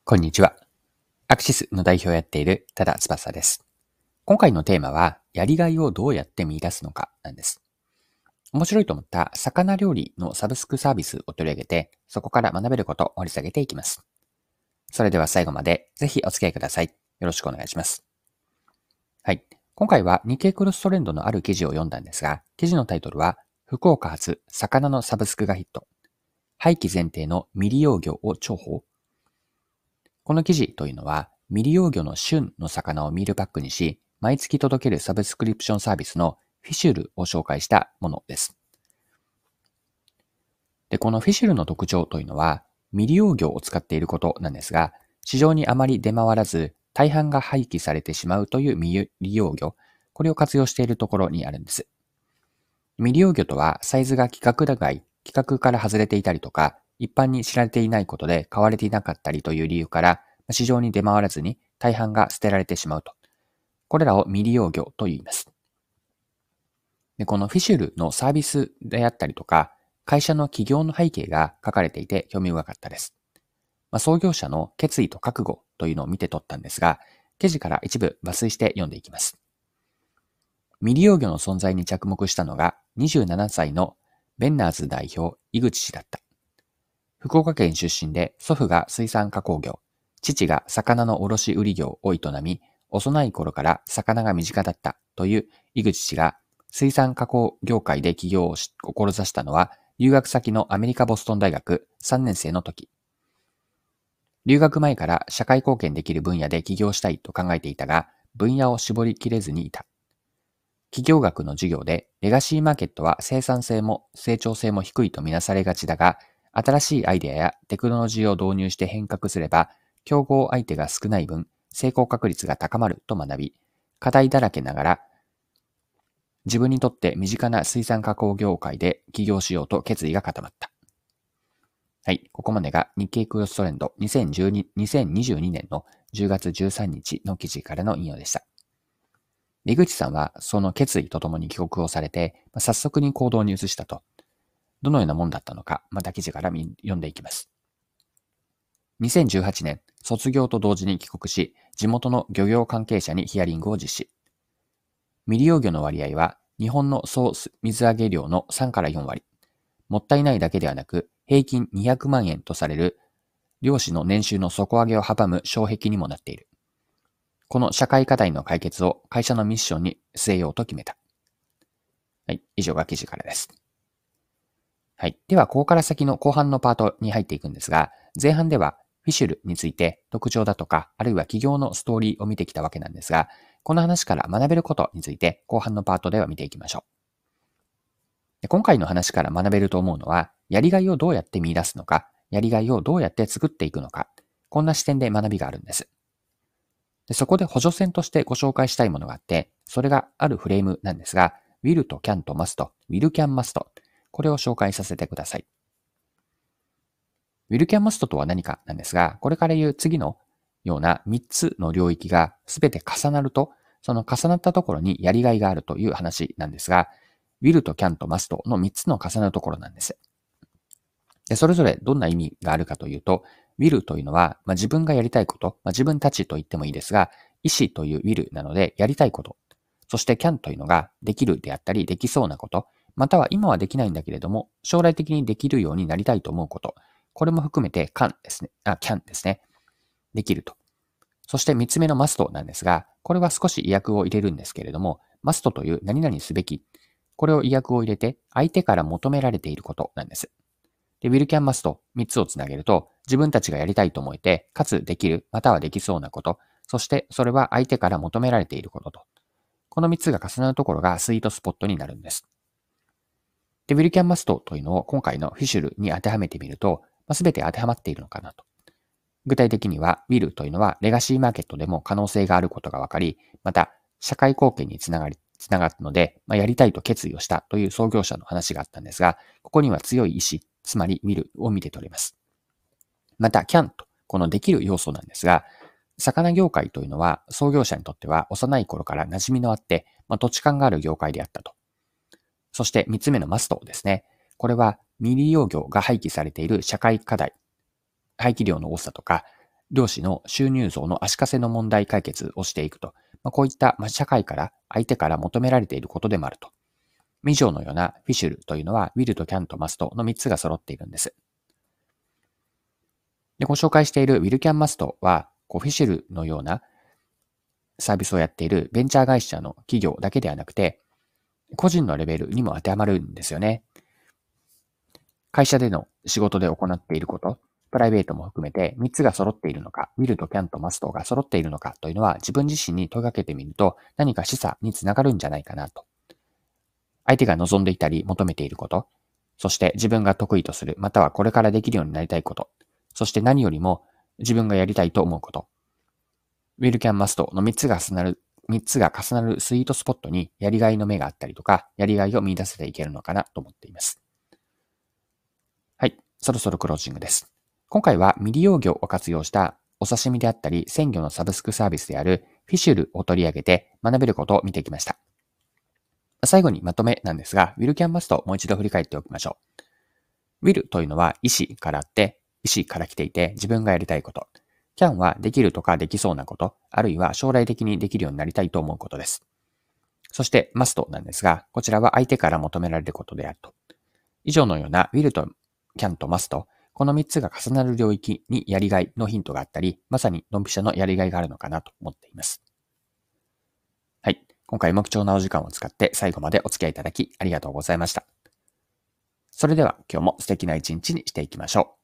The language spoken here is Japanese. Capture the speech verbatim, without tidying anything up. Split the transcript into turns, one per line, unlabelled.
こんにちは。アクシスの代表をやっている多田翼です。今回のテーマは、やりがいをどうやって見出すのかなんです。面白いと思った魚料理のサブスクサービスを取り上げて、そこから学べることを掘り下げていきます。それでは最後までぜひお付き合いください。よろしくお願いします。はい。今回は日経クロストレンドのある記事を読んだんですが、記事のタイトルは、福岡発魚のサブスクがヒット。廃棄前提の未利用魚を重宝。この記事というのは、未利用魚の旬の魚をミールパックにし、毎月届けるサブスクリプションサービスのフィシュルを紹介したものです。で、このフィシュルの特徴というのは、未利用魚を使っていることなんですが、市場にあまり出回らず、大半が廃棄されてしまうという未利用魚、これを活用しているところにあるんです。未利用魚とは、サイズが規格外、規格から外れていたりとか、一般に知られていないことで買われていなかったりという理由から、市場に出回らずに大半が捨てられてしまうと。これらを未利用魚と言います。で、このフィシュルのサービスであったりとか、会社の企業の背景が書かれていて興味深かったです。まあ、創業者の決意と覚悟というのを見て取ったんですが、記事から一部抜粋して読んでいきます。未利用魚の存在に着目したのがにじゅうななさいのベンナーズ代表井口氏だった。福岡県出身で祖父が水産加工業、父が魚の卸売業を営み、幼い頃から魚が身近だったという井口氏が水産加工業界で起業を志したのは留学先のアメリカボストン大学さんねん生の時。留学前から社会貢献できる分野で起業したいと考えていたが、分野を絞りきれずにいた。企業学の授業でレガシーマーケットは生産性も成長性も低いとみなされがちだが、新しいアイデアやテクノロジーを導入して変革すれば、競合相手が少ない分、成功確率が高まると学び、課題だらけながら、自分にとって身近な水産加工業界で起業しようと決意が固まった。はい、ここまでが日経クロストレンドにせんじゅうに、にせんにじゅうにねんのじゅうがつじゅうさんにちの記事からの引用でした。井口さんはその決意とともに帰国をされて、早速に行動に移したと。どのようなもんだったのか、また記事から読んでいきます。にせんじゅうはちねん、卒業と同時に帰国し、地元の漁業関係者にヒアリングを実施。未利用魚の割合は、日本の総水揚げ量のさんからよんわり。もったいないだけではなく、平均にひゃくまんえんとされる、漁師の年収の底上げを阻む障壁にもなっている。この社会課題の解決を会社のミッションに据えようと決めた。はい、以上が記事からです。はい。では、ここから先の後半のパートに入っていくんですが、前半ではフィシュルについて特徴だとか、あるいは企業のストーリーを見てきたわけなんですが、この話から学べることについて後半のパートでは見ていきましょう。で今回の話から学べると思うのは、やりがいをどうやって見出すのか、やりがいをどうやって作っていくのか、こんな視点で学びがあるんです。でそこで補助線としてご紹介したいものがあって、それがあるフレームなんですが、will と can と must、will can must、これを紹介させてください。will can must とは何かなんですが、これから言う次のようなみっつの領域がすべて重なると、その重なったところにやりがいがあるという話なんですが、will と can と must のみっつの重なるところなんです。で、それぞれどんな意味があるかというと、will というのは、まあ、自分がやりたいこと、まあ、自分たちと言ってもいいですが、意思という will なのでやりたいこと。そして can というのができるであったりできそうなこと、または今はできないんだけれども、将来的にできるようになりたいと思うこと。これも含めて can ですね。あ、can ですね。できると。そしてみっつめの must なんですが、これは少し意訳を入れるんですけれども、must という何々すべき。これを意訳を入れて相手から求められていることなんです。で、will can must みっつをつなげると、自分たちがやりたいと思えて、かつできる、またはできそうなこと、そしてそれは相手から求められていることと。このみっつが重なるところがスイートスポットになるんです。で、will can must というのを今回のフィシュルに当てはめてみると、すべて当てはまっているのかなと。具体的には、will というのはレガシーマーケットでも可能性があることが分かり、また、社会貢献につながり、つながったので、まあ、やりたいと決意をしたという創業者の話があったんですが、ここには強い意志、つまり will を見て取れます。また、can と、このできる要素なんですが、魚業界というのは創業者にとっては幼い頃から馴染みのあって、まあ、土地勘がある業界であったと。そしてみっつめのマストですね。これは未利用魚が廃棄されている社会課題、廃棄量の多さとか、 量子の収入増の足かせの問題解決をしていくと。まあ、こういった、まあ、社会から、相手から求められていることでもあると。以上のようなフィシュルというのは、ウィルとキャンとマストのみっつが揃っているんです。で、ご紹介しているウィルキャンマストは、こうフィシュルのようなサービスをやっているベンチャー会社の企業だけではなくて、個人のレベルにも当てはまるんですよね。会社での仕事で行っていること、プライベートも含めてみっつが揃っているのか、ウィルとキャンとマストが揃っているのかというのは自分自身に問いかけてみると何か示唆につながるんじゃないかなと。相手が望んでいたり求めていること、そして自分が得意とする、またはこれからできるようになりたいこと、そして何よりも自分がやりたいと思うこと。ウィルキャンマストのみっつが重なる、みっつが重なるスイートスポットにやりがいの目があったりとか、やりがいを見出せていけるのかなと思っています。はい、そろそろクロージングです。今回は未利用魚を活用したお刺身であったり鮮魚のサブスクサービスであるフィシュルを取り上げて学べることを見てきました。最後にまとめなんですが、ウィルキャンマストをもう一度振り返っておきましょう。ウィルというのは意思からあって、意思から来ていて自分がやりたいこと。キャンはできるとかできそうなこと、あるいは将来的にできるようになりたいと思うことです。そしてマストなんですが、こちらは相手から求められることであると。以上のようなウィルとキャンとマスト、このみっつが重なる領域にやりがいのヒントがあったり、まさにドンピシャのやりがいがあるのかなと思っています。はい。今回も貴重なお時間を使って最後までお付き合いいただきありがとうございました。それでは今日も素敵な一日にしていきましょう。